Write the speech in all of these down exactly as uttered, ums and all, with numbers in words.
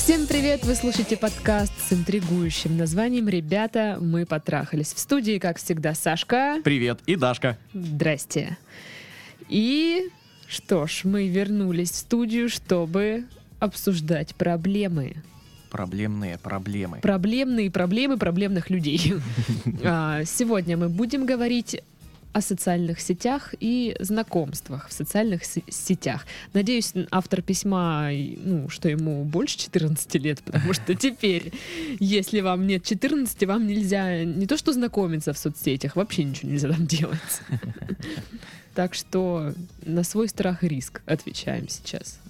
Всем привет! Вы слушаете подкаст с интригующим названием «Ребята, мы потрахались». В студии, как всегда, Сашка. Привет, и Дашка. Здрасте. И что ж, мы вернулись в студию, чтобы обсуждать проблемы. Проблемные проблемы. Проблемные проблемы проблемных людей. Сегодня мы будем говорить о социальных сетях и знакомствах в социальных с- сетях. Надеюсь, автор письма, ну, что ему больше четырнадцати лет, потому что теперь, если вам нет четырнадцати, вам нельзя не то что знакомиться в соцсетях, вообще ничего нельзя там делать. Так что на свой страх и риск отвечаем сейчас.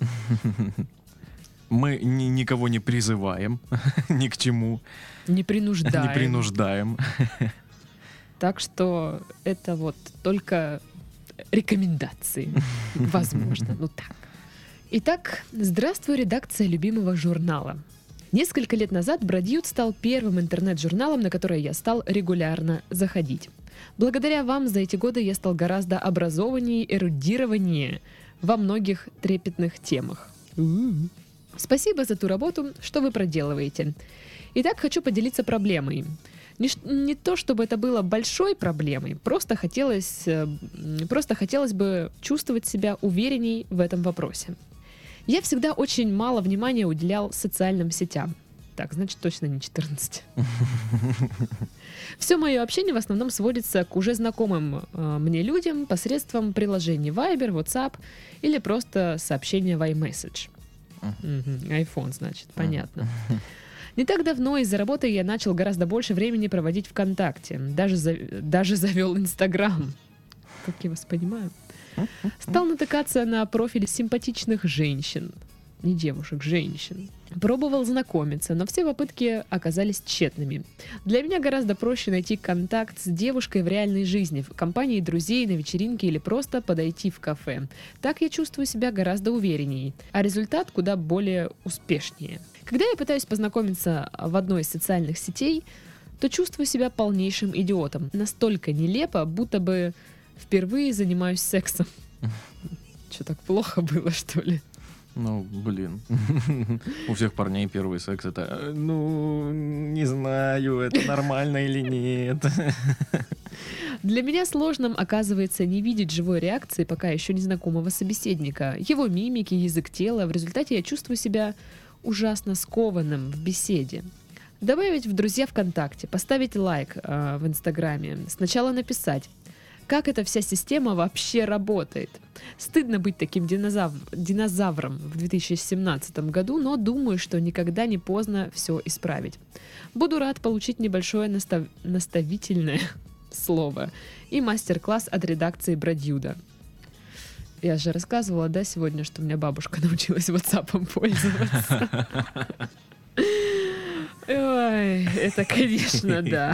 Мы ни- никого не призываем ни к чему. Не принуждаем. Не принуждаем. Так что это вот только рекомендации. Возможно, ну так. Итак, здравствуй, редакция любимого журнала. Несколько лет назад Бродьют стал первым интернет-журналом, на который я стал регулярно заходить. Благодаря вам за эти годы я стал гораздо образованнее, эрудированнее во многих трепетных темах. У-у-у. Спасибо за ту работу, что вы проделываете. Итак, хочу поделиться проблемой. Не, не то, чтобы это было большой проблемой, просто хотелось, просто хотелось бы чувствовать себя уверенней в этом вопросе. Я всегда очень мало внимания уделял социальным сетям. Так, значит, точно не четырнадцать. Все мое общение в основном сводится к уже знакомым э, мне людям посредством приложений Viber, WhatsApp или просто сообщения в iMessage. Угу, iPhone, значит, понятно. Не так давно из-за работы я начал гораздо больше времени проводить ВКонтакте. Даже, за... Даже завел Инстаграм. Как я вас понимаю. Стал натыкаться на профили симпатичных женщин. Не девушек, женщин. Пробовал знакомиться, но все попытки оказались тщетными. Для меня гораздо проще найти контакт с девушкой в реальной жизни, в компании друзей, на вечеринке или просто подойти в кафе. Так я чувствую себя гораздо увереннее, а результат куда более успешнее. Когда я пытаюсь познакомиться в одной из социальных сетей, то чувствую себя полнейшим идиотом. Настолько нелепо, будто бы впервые занимаюсь сексом. Что, так плохо было, что ли? Ну, блин. У всех парней первый секс это, ну, не знаю, это нормально или нет. Для меня сложным оказывается не видеть живой реакции пока еще незнакомого собеседника, его мимики, язык тела. В результате я чувствую себя ужасно скованным в беседе. Добавить в друзья ВКонтакте, поставить лайк э, в Инстаграме, сначала написать, как эта вся система вообще работает. Стыдно быть таким динозав... динозавром в две тысячи семнадцатом году, но думаю, что никогда не поздно все исправить. Буду рад получить небольшое настав... наставительное слово и мастер-класс от редакции Бродьюда. Я же рассказывала, да, сегодня, что у меня бабушка научилась WhatsApp'ом пользоваться. Ой, это, конечно, да.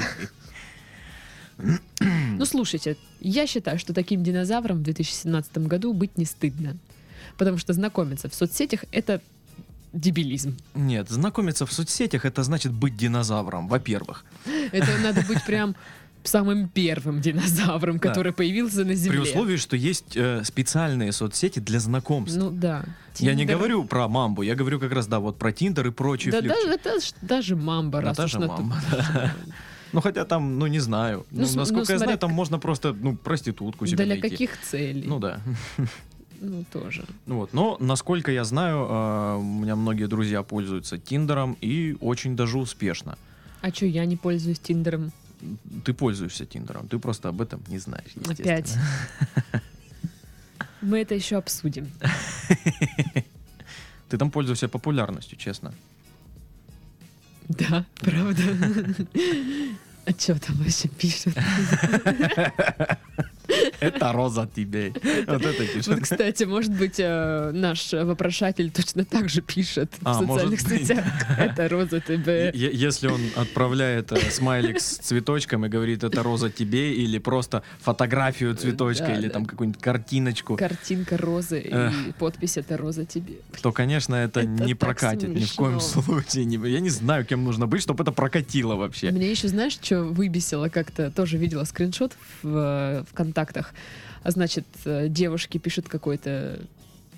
Ну, слушайте, я считаю, что таким динозавром в две тысячи семнадцатом году быть не стыдно. Потому что знакомиться в соцсетях — это дебилизм. Нет, знакомиться в соцсетях — это значит быть динозавром, во-первых. Это надо быть прям самым первым динозавром, который да. появился на Земле. При условии, что есть э, специальные соцсети для знакомств. Ну да. Я Tinder. Не говорю про Мамбу, я говорю как раз, да, вот про Тиндер и прочие да, флирчики. Да, это даже Мамба. Да, даже Мамба. Ну, хотя там, ну, не знаю. Ну, ну, насколько ну, я смотря... знаю, там можно просто, ну, проститутку себе Для найти. каких целей? Ну, да. Ну, тоже. Вот. Но, насколько я знаю, э, у меня многие друзья пользуются Тиндером и очень даже успешно. А что, я не пользуюсь Тиндером? Ты пользуешься Тиндером, ты просто об этом не знаешь, естественно. Опять. Мы это еще обсудим. Ты там пользуешься популярностью, честно. Да, правда. А что там вообще пишут? Это роза тебе. Вот это пишет. Вот, кстати, может быть, э, наш вопрошатель точно так же пишет а, в социальных сетях. Это роза тебе. Если он отправляет э, смайлик с цветочком и говорит, это роза тебе, или просто фотографию цветочка, да, или да. там какую-нибудь картиночку. Картинка розы Эх. и подпись это роза тебе. То, конечно, это, это не прокатит ни в коем случае. Я не знаю, кем нужно быть, чтобы это прокатило вообще. Мне еще, знаешь, что выбесило как-то? Тоже видела скриншот в ВКонтактах. Значит, девушки пишут какой-то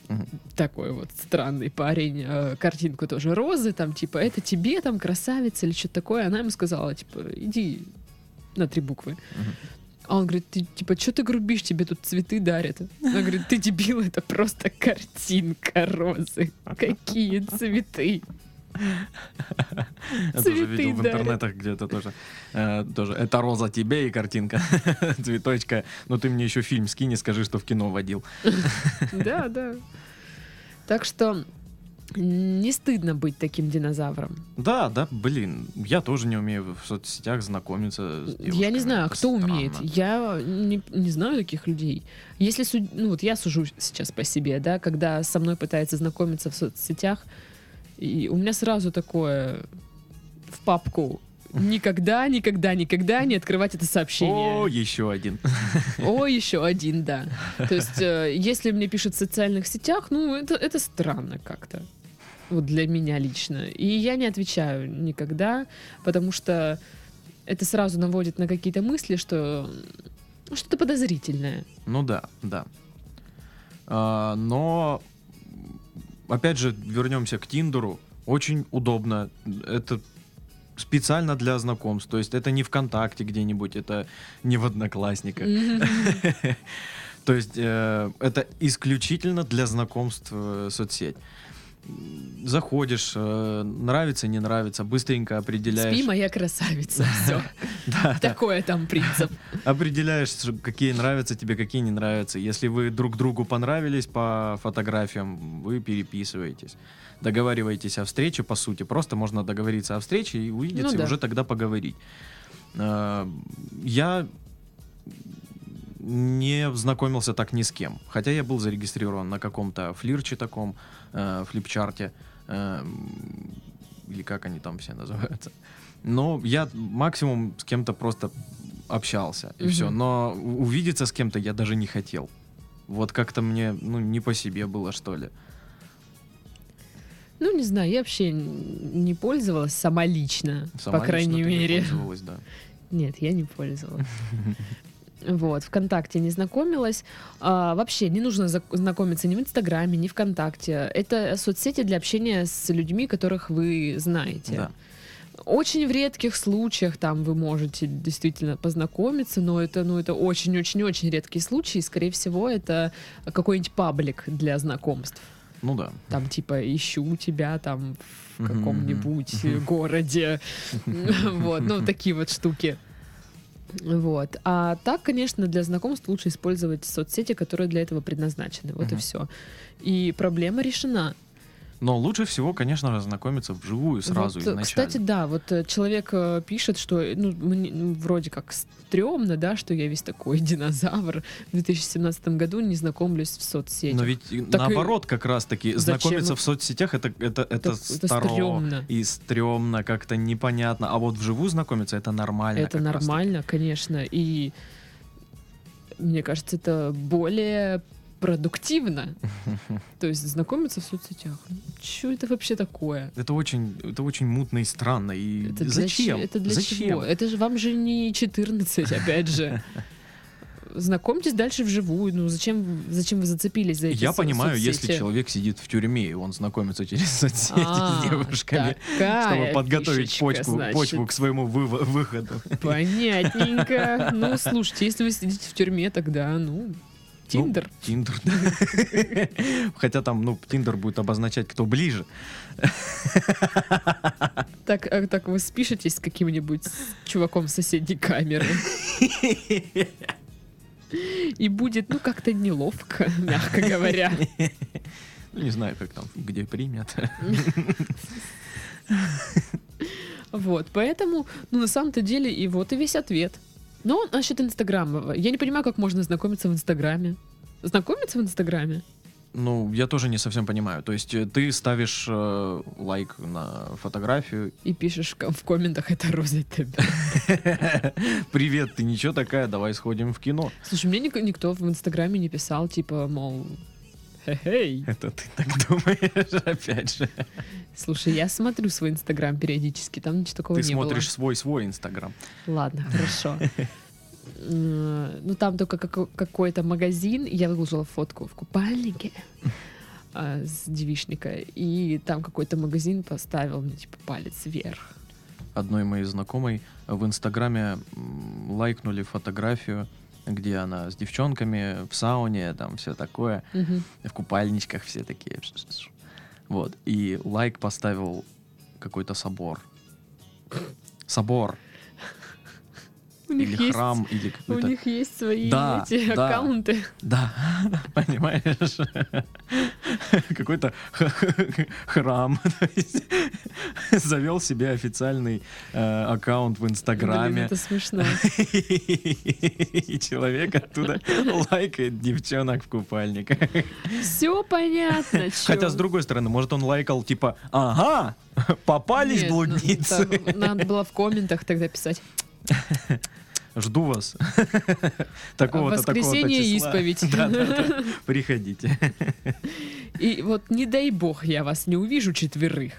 Мгм. Такой вот странный парень. э, Картинку тоже розы, там, типа, это тебе, там, красавица или что-то такое. Она ему сказала, типа, иди на три буквы. Мгм. А он говорит, ты, типа, что ты грубишь, тебе тут цветы дарят. Она говорит, ты дебил, это просто картинка розы. Какие цветы? Я тоже Цветы видел в дарят. интернетах где-то тоже. э, тоже. Это роза тебе и картинка цветочка. Но ты мне еще фильм скинь и скажи, что в кино водил. Да, да. Так что не стыдно быть таким динозавром. Да, да, блин, я тоже не умею в соцсетях знакомиться с девушками. Я не знаю, Это кто странно. умеет. Я не, не знаю таких людей. Если суд- ну вот я сужу сейчас по себе, да, когда со мной пытается знакомиться в соцсетях, и у меня сразу такое в папку: никогда, никогда, никогда не открывать это сообщение. О, еще один. О, еще один, да. То есть, э, если мне пишут в социальных сетях, ну, это, это странно как-то. Вот для меня лично. И я не отвечаю никогда, потому что это сразу наводит на какие-то мысли, что ну, что-то подозрительное. Ну да, да. А, но, опять же, вернемся к Тиндеру. Очень удобно. Это специально для знакомств. То есть это не ВКонтакте где-нибудь, это не в Одноклассниках. То есть э, это исключительно для знакомств э, соцсеть. Заходишь, э, нравится, не нравится, быстренько определяешь. Спи, моя красавица. Все. Да, да. Такой там принцип. Определяешь, что- какие нравятся тебе, какие не нравятся. Если вы друг другу понравились по фотографиям, вы переписываетесь. Договариваетесь о встрече, по сути. Просто можно договориться о встрече и увидеться, Ну и да. уже тогда поговорить. А, Я не знакомился так ни с кем. Хотя я был зарегистрирован на каком-то флирче таком, э, флипчарте. э, Или как они там все называются. Но я максимум с кем-то просто общался, и Мгм. все. Но у- увидеться с кем-то я даже не хотел. Вот как-то мне, ну, не по себе было, что ли. Ну, не знаю, я вообще н- не пользовалась сама лично, Сама по крайней лично ты не мере. пользовалась, да. Нет, я не пользовалась. Вот, ВКонтакте не знакомилась. А, вообще не нужно зак- знакомиться ни в Инстаграме, ни ВКонтакте. Это соцсети для общения с людьми, которых вы знаете. Да. Очень в редких случаях там вы можете действительно познакомиться, но это, ну, это очень-очень-очень редкие случаи. Скорее всего, это какой-нибудь паблик для знакомств. Ну да. Там типа ищу тебя там в Мгм, каком-нибудь мгм. городе. Вот, ну, такие вот штуки. Вот. А так, конечно, для знакомств лучше использовать соцсети, которые для этого предназначены. Вот и Мгм. все. И проблема решена. Но лучше всего, конечно же, знакомиться вживую сразу Вот, изначально. кстати, да, вот э, человек э, пишет, что ну, мне, ну, вроде как стрёмно, да, что я весь такой динозавр. В две тысячи семнадцатом году не знакомлюсь в соцсетях. Но ведь и Так и наоборот, как раз-таки, зачем? знакомиться в соцсетях это, это, это, Это- это старо стрёмно. и стрёмно, как-то непонятно. А вот вживую знакомиться это нормально. Это как раз-таки. нормально, конечно. И мне кажется, это более продуктивно. То есть знакомиться в соцсетях. Что это вообще такое? Это очень, это очень мутно и странно. И Это для, зачем? че- это для Зачем? чего? Это же вам же не четырнадцать, опять же. Знакомьтесь дальше вживую. Ну зачем, зачем вы зацепились за эти Я со- понимаю, соцсети? если человек сидит в тюрьме, и он знакомится через соцсети А, с девушками, такая чтобы подготовить фишечка, почву, значит. почву к своему выво- выходу. Понятненько. Ну, слушайте, если вы сидите в тюрьме, тогда, ну, Тиндер. Тиндер. Хотя там, ну, Тиндер будет обозначать, кто ближе. Так, а, так вы спишетесь с каким-нибудь чуваком с соседней камеры. И будет, ну, как-то неловко, мягко говоря. Ну, не знаю, как там, где примят. Вот, поэтому, ну, на самом-то деле, и вот и весь ответ. Но насчет Инстаграма. Я не понимаю, как можно знакомиться в Инстаграме. Знакомиться в Инстаграме? Ну, я тоже не совсем понимаю. То есть э, ты ставишь э, лайк на фотографию. И пишешь ко- в комментах, это роза тебе. Привет, ты ничего такая, давай сходим в кино. Слушай, мне ник- никто в Инстаграме не писал, типа, мол, хе-хей. Это ты так думаешь, опять же. Слушай, я смотрю свой Инстаграм периодически, там ничего такого Ты не смотришь свой-свой Инстаграм. было. Ладно, хорошо. М, Ну, там только како- какой-то магазин, и я выложила фотку в купальнике. а, с девичника, и там какой-то магазин поставил мне, типа, палец вверх. Одной моей знакомой в Инстаграме м, лайкнули фотографию, где она с девчонками в сауне, там все такое, Мгм. в купальничках все такие. Вот. И лайк поставил какой-то собор. Собор. У них Или есть, храм, или у какой-то... них есть свои Да, эти да. аккаунты. Да, понимаешь? Какой-то х- х- храм. То есть завел себе официальный э, аккаунт в Блин, Инстаграме. это смешно. И человек оттуда лайкает девчонок в купальниках. Все понятно, чё. Хотя, с другой стороны, может, он лайкал, типа, ага, попались Нет, ну, блудницы. там надо было в комментах тогда писать. Жду вас. Такого-то, такого-то Воскресенье числа. исповедь. Да-да-да. Приходите. И вот не дай бог я вас не увижу четверых.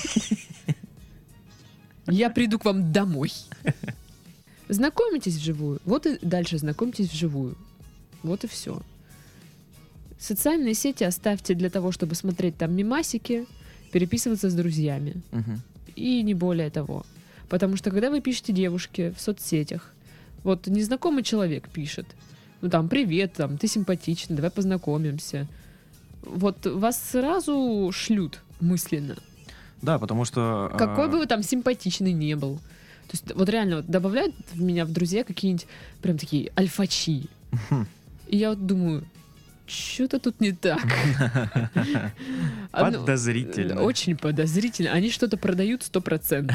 Я приду к вам домой. Знакомитесь вживую. Вот и дальше знакомьтесь вживую. Вот и все. Социальные сети оставьте для того, чтобы смотреть там мемасики, переписываться с друзьями. Мгм. И не более того. Потому что когда вы пишете девушке в соцсетях, вот незнакомый человек пишет, ну там, привет, там, ты симпатичный, давай познакомимся. Вот вас сразу шлют мысленно. Да, потому что... Какой а, бы вы там симпатичный не был. То есть вот реально вот добавляют в меня в друзья какие-нибудь прям такие альфачи. И я вот думаю, что-то тут не так. Оно- Подозрительно. Очень подозрительно. Они что-то продают сто процентов.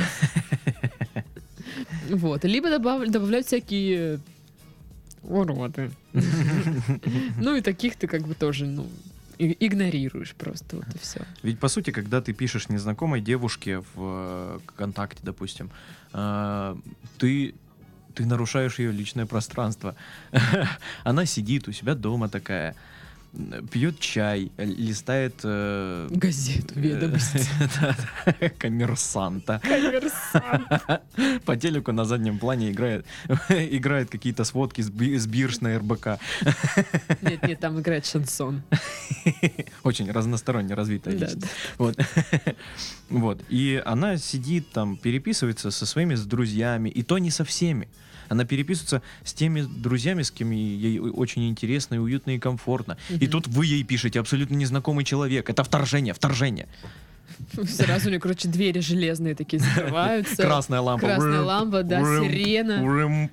Вот. Либо добав- добавляют всякие уроды. Ну и таких ты как бы тоже, ну, и- игнорируешь просто, вот и все. Ведь, по сути, когда ты пишешь незнакомой девушке в э, ВКонтакте, допустим, э, ты, ты нарушаешь ее личное пространство. Она сидит у себя дома такая, м, пьет чай, э, листает... э, Газету, ведомости. да-да, коммерсанта. Коммерсант. По телеку на заднем плане играет, играет какие-то сводки с, би- с бирж на эр бэ ка. Нет, нет, там играет шансон. Очень разносторонне развитая Да, личность. да. Вот. Вот. И она сидит там, переписывается со своими с друзьями, и то не со всеми. Она переписывается с теми друзьями, с кем ей очень интересно и уютно и комфортно. И Мгм. тут вы ей пишете абсолютно незнакомый человек. Это вторжение, вторжение. Сразу у нее, короче, двери железные такие закрываются. Красная лампа. Красная Рымп, лампа, да, рымп, сирена. рымп.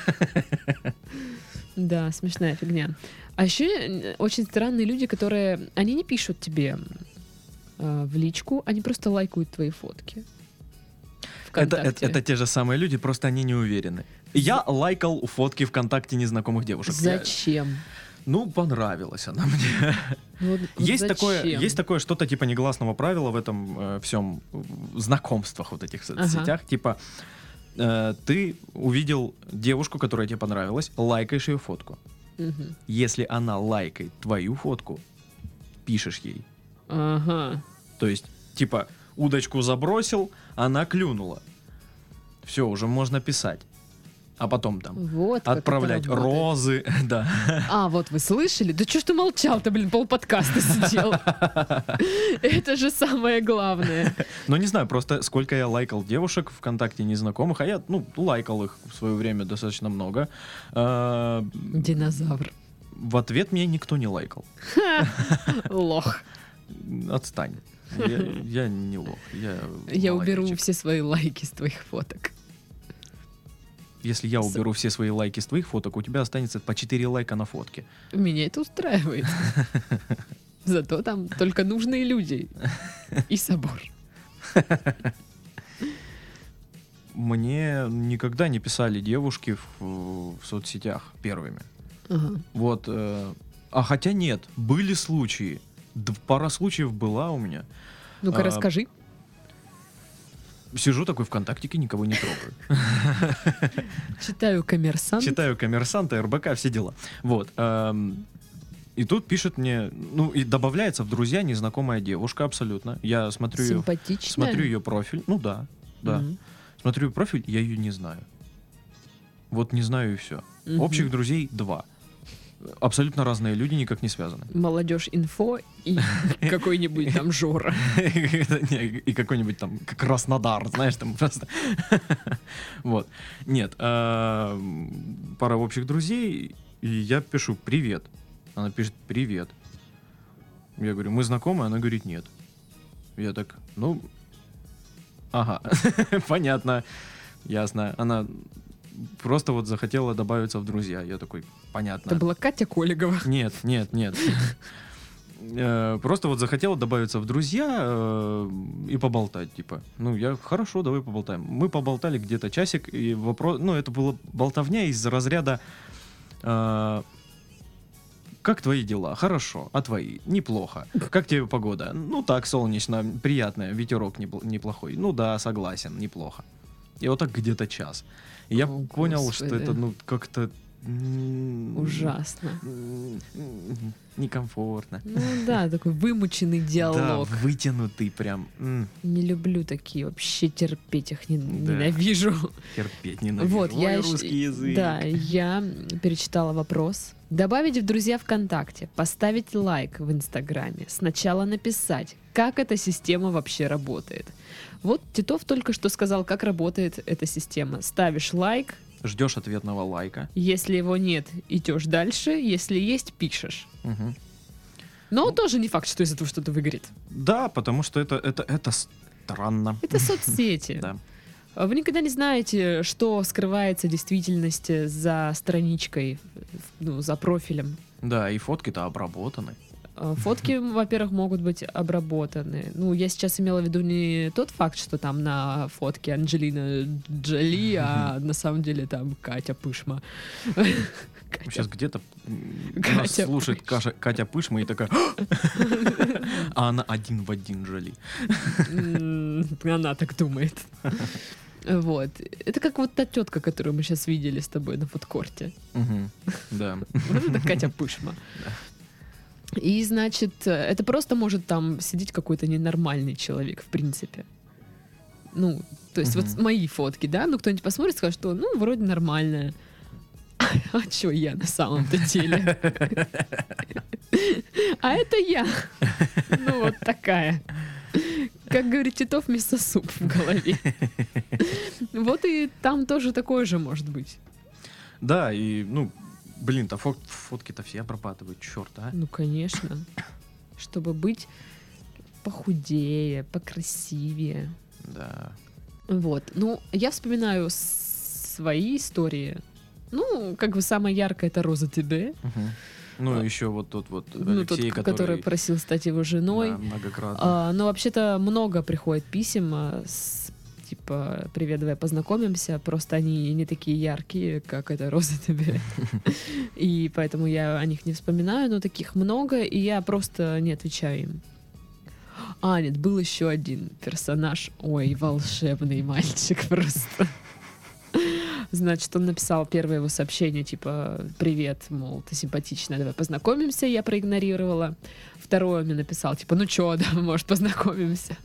Да, смешная фигня. А еще очень странные люди, которые... Они не пишут тебе э, в личку, они просто лайкают твои фотки. Это, это, ВКонтакте. это те же самые люди, просто они не уверены. Я лайкал фотки ВКонтакте незнакомых девушек. Я- Зачем? ну, понравилась она мне. Ну, вот- вот Есть такое, зачем? есть такое что-то типа негласного правила в этом э, всем в знакомствах вот этих соцсетях. Типа э, ты увидел девушку, которая тебе понравилась, лайкаешь ее фотку. Мгм. Если она лайкает твою фотку, пишешь ей. Ага. То есть, типа, удочку забросил, она клюнула. Все, уже можно писать. А потом там Вот как это отправлять работает. розы, да. А, вот вы слышали? Да что ж ты молчал-то, блин, полподкаста сидел. Это же самое главное. Ну, не знаю, просто сколько я лайкал девушек ВКонтакте незнакомых, а я, ну, лайкал их в свое время достаточно много. А, Динозавр. В ответ меня никто не лайкал. Лох. Отстань. Я, я не лох. Я, Я уберу молодечек. все свои лайки с твоих фоток. Если я С- уберу все свои лайки с твоих фоток, у тебя останется по четыре лайка на фотке. Меня это устраивает. Зато там только нужные люди. И собор. Мне никогда не писали девушки в, в соцсетях первыми. Ага. Вот. э, а хотя нет, были случаи. Д- пара случаев была у меня. Ну-ка, А, расскажи. Сижу такой ВКонтактике, никого не трогаю. Читаю коммерсант. Читаю коммерсанта, эр бэ ка, все дела. Вот. эм, И тут пишет мне, ну и добавляется в друзья незнакомая девушка абсолютно. Я смотрю ее, Симпатичная. смотрю ее профиль. Ну да, да. Мгм. Смотрю профиль, я ее не знаю. Вот не знаю и все. Мгм. Общих друзей два. Абсолютно разные люди, никак не связаны. Молодежь инфо и какой-нибудь там Жора. И какой-нибудь там Краснодар, знаешь, там просто... Вот. Нет, пара общих друзей, и я пишу «Привет». Она пишет «Привет». Я говорю «Мы знакомы?» Она говорит «Нет». Я так, ну... Ага, понятно, ясно. Она просто вот захотела добавиться в друзья. Я такой, понятно. Это была Катя Коллегова. Нет, нет, нет. Просто вот захотела добавиться в друзья и поболтать, типа. Ну, я, хорошо, давай поболтаем. Мы поболтали где-то часик, и вопрос... Ну, это была болтовня из разряда... Как твои дела? Хорошо. А твои? Неплохо. Как тебе погода? Ну так, солнечно, приятная, ветерок неплохой. Ну да, согласен, неплохо. И вот так где-то час. И я О, понял, Господи. что это, ну, как-то... Ужасно. Некомфортно. Ну да, такой вымученный диалог. Да, вытянутый прям. М, Не люблю такие, вообще терпеть их не- Да. ненавижу. терпеть ненавижу. Вот, Ой, я, русский щ- язык. да, я перечитала вопрос. Добавить в друзья ВКонтакте, поставить лайк в Инстаграме, сначала написать, как эта система вообще работает. Вот Титов только что сказал, как работает эта система. Ставишь лайк, Ждешь ответного лайка. если его нет, идешь дальше, если есть, пишешь. Мгм. Но тоже не факт, что из этого что-то выгорит. Да, потому что это, это, это странно. Это соцсети. Да. Вы никогда не знаете, что скрывается в действительности за страничкой, ну, за профилем. Да, и фотки-то обработаны. А, Фотки, во-первых, могут быть обработаны. Ну, я сейчас имела в виду не тот факт, что там на фотке Анджелина Джоли, а на самом деле там Катя Пышма. Катя. Сейчас где-то м, Катя нас слушает Пышма. Каша- Катя Пышма и такая... А она один в один Жоли. М, Она так думает. Вот. Это как вот та тетка, которую мы сейчас видели с тобой на фудкорте. Мгм. Да. Вот это Катя Пышма. И, значит, это просто может там сидеть какой-то ненормальный человек, в принципе. Ну, то есть вот Мгм. мои фотки, да, ну кто-нибудь посмотрит, скажет, что, ну, вроде нормальная. А чё я на самом-то деле? А это я. Ну, вот такая. Как говорит Титов, мясо-суп в голове. Вот и там тоже такое же может быть. Да, и, ну, блин-то фот- фотки-то все обрабатывают, черт, а. Ну, конечно. Чтобы быть похудее, покрасивее. Да. Вот. Ну, я вспоминаю с- свои истории. Ну, как бы самая яркая — это Роза ТБ. Мгм. Ну, А, еще вот тот вот Ну, тот, Алексей, к- который который... просил стать его женой. Да, многократно. А, но вообще-то много приходит писем а, с типа «Привет, давай познакомимся». Просто они не такие яркие, как эта Роза ТБ. И поэтому я о них не вспоминаю, но таких много, и я просто не отвечаю им. А, нет, был еще один персонаж. Ой, волшебный мальчик просто. Значит, он написал первое его сообщение, типа «Привет, мол, ты симпатичная, давай познакомимся». Я проигнорировала. Второе он мне написал, типа «Ну чё, да, может, познакомимся».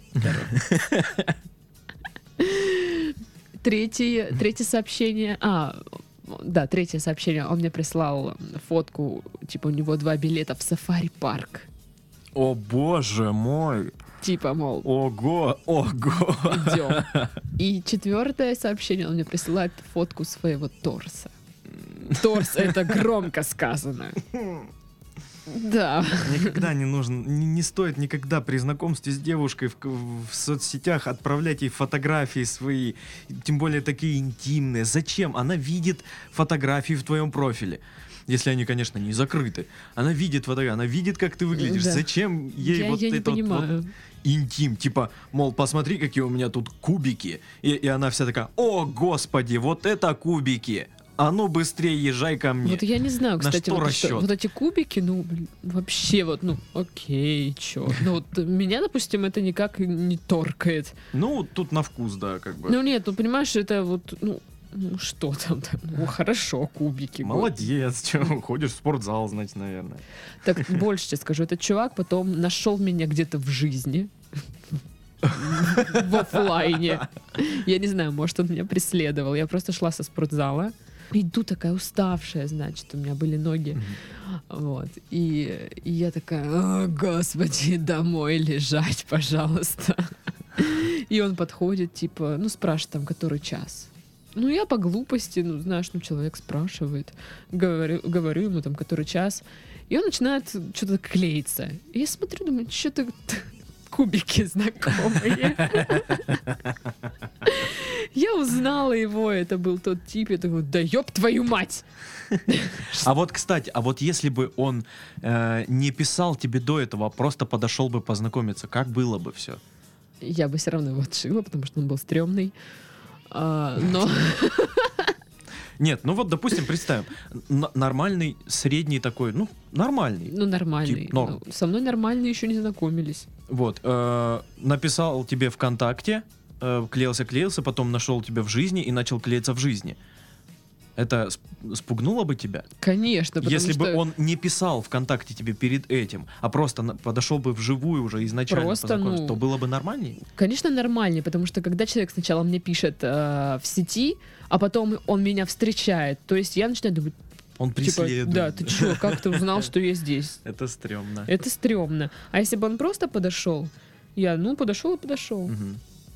Третье, третье сообщение... А, да, третье сообщение. Он мне прислал фотку, типа у него два билета в сафари-парк. О, боже мой! Типа, мол, Ого, ого! идем. И четвертое сообщение, он мне присылает фотку своего торса. Торс — это громко сказано. Да. Никогда не нужно, не, не стоит никогда при знакомстве с девушкой в, в соцсетях отправлять ей фотографии свои, тем более такие интимные. Зачем? Она видит фотографии в твоем профиле. Если они, конечно, не закрыты. Она видит фотографии, она видит, как ты выглядишь. Да. Зачем ей Я, вот я не это вот- вот понимаю. интим? Типа, мол, посмотри, какие у меня тут кубики. И, и она вся такая: о, господи, вот это кубики. А ну быстрее езжай ко мне. Вот я не знаю, На кстати, что вот, расчет? вот эти кубики, ну, блин, вообще вот, ну, окей, чё. Ну, вот меня, допустим, это никак не торкает. Ну, тут на вкус, да, как бы. Ну, нет, ну, понимаешь, это вот, ну, ну что там, там? Ну, хорошо, кубики. Молодец, че, ходишь в спортзал, значит, наверное. Так, больше тебе скажу, этот чувак потом нашел меня где-то в жизни. В оффлайне. Я не знаю, может, он меня преследовал. Я просто шла со спортзала. Иду такая уставшая, значит, у меня были ноги. Мгм. Вот. И, и я такая: «О, Господи, домой лежать, пожалуйста». И он подходит, типа, ну, спрашивает там, который час. Ну, я по глупости, ну, знаешь, ну, человек спрашивает. Говорю, говорю ему там, который час. И он начинает что-то клеиться. И я смотрю, думаю, что-то кубики знакомые. Я узнала его, это был тот тип. Я такой: да ёб твою мать! А вот, кстати, а вот если бы он э, не писал тебе до этого, а просто подошел бы познакомиться, как было бы все? Я бы все равно его отшила, потому что он был стрёмный. А, но... Нет, ну вот, допустим, представим, н- нормальный, средний такой, ну, нормальный. Ну, нормальный. Тип норм. Ну, со мной нормальные еще не знакомились. Вот, э, написал тебе ВКонтакте, э, клеился-клеился, потом нашел тебя в жизни и начал клеиться в жизни. Это сп- спугнуло бы тебя? Конечно, потому Если что... бы он не писал ВКонтакте тебе перед этим, а просто на- подошел бы вживую уже изначально Просто, познакомиться, ну, то было бы нормальней? Конечно, нормальнее, потому что когда человек сначала мне пишет э, в сети, а потом он меня встречает, то есть я начинаю думать, Он типа, преследует. да, ты чё, как ты узнал, что я здесь? Это стрёмно. Это стрёмно. А если бы он просто подошел, я, ну, подошел и подошел. Мгм.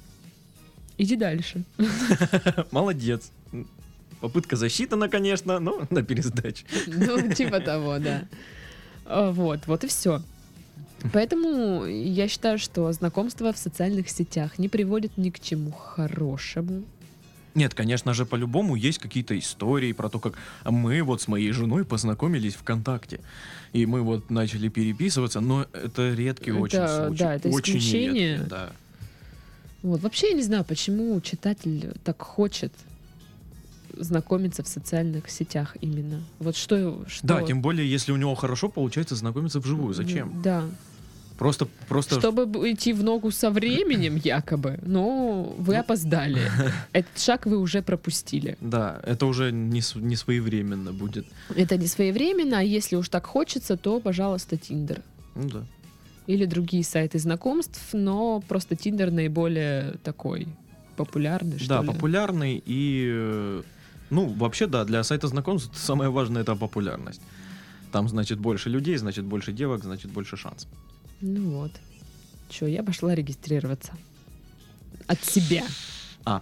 Иди дальше. Молодец. Попытка засчитана, конечно, но на пересдачу. Ну, типа того, да. А, Вот, вот и все. Поэтому я считаю, что знакомство в социальных сетях не приводит ни к чему хорошему. Нет, конечно же, по-любому есть какие-то истории про то, как мы вот с моей женой познакомились ВКонтакте. И мы вот начали переписываться, но это редкий Это, очень случай. да, это очень исключение. нередкий, да. Вот. Вообще я не знаю, почему читатель так хочет знакомиться в социальных сетях именно. Вот что... что... Да, тем более, если у него хорошо получается знакомиться вживую. Зачем? Да. Просто, просто... Чтобы б- идти в ногу со временем, якобы, но вы опоздали. Этот шаг вы уже пропустили. Да, это уже не, с- не своевременно будет. Это не своевременно, а если уж так хочется, то, пожалуйста, Тиндер. Ну да. Или другие сайты знакомств, но просто Тиндер наиболее такой популярный, что Да, ли. популярный и... э, Ну, вообще, да, для сайта знакомств самое важное — это популярность. Там, значит, больше людей, значит, больше девок, значит, больше шансов. Ну вот. Че, я пошла регистрироваться. От себя. А,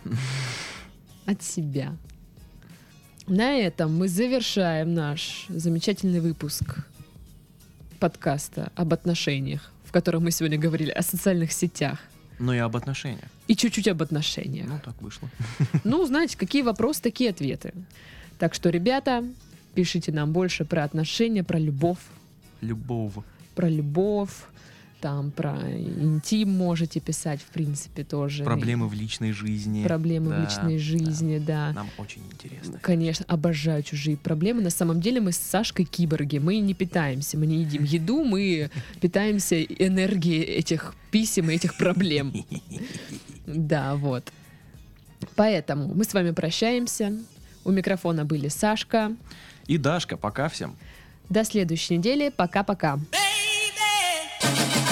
От себя. На этом мы завершаем наш замечательный выпуск подкаста об отношениях, в котором мы сегодня говорили о социальных сетях. ну и об отношениях. И чуть-чуть об отношениях. Ну, так вышло. Ну, знаете, какие вопросы, такие ответы. Так что, ребята, пишите нам больше про отношения, про любовь, Любовь. про любовь, там про интим можете писать, в принципе, тоже. Проблемы в личной жизни. Проблемы Да, в личной жизни, да. Нам очень интересно. Конечно, обожаю чужие проблемы. На самом деле мы с Сашкой киборги. Мы не питаемся, мы не едим еду, мы питаемся энергией этих писем и этих проблем. Да, вот. Поэтому мы с вами прощаемся. У микрофона были Сашка. И Дашка, пока всем. До следующей недели. Пока-пока. Baby,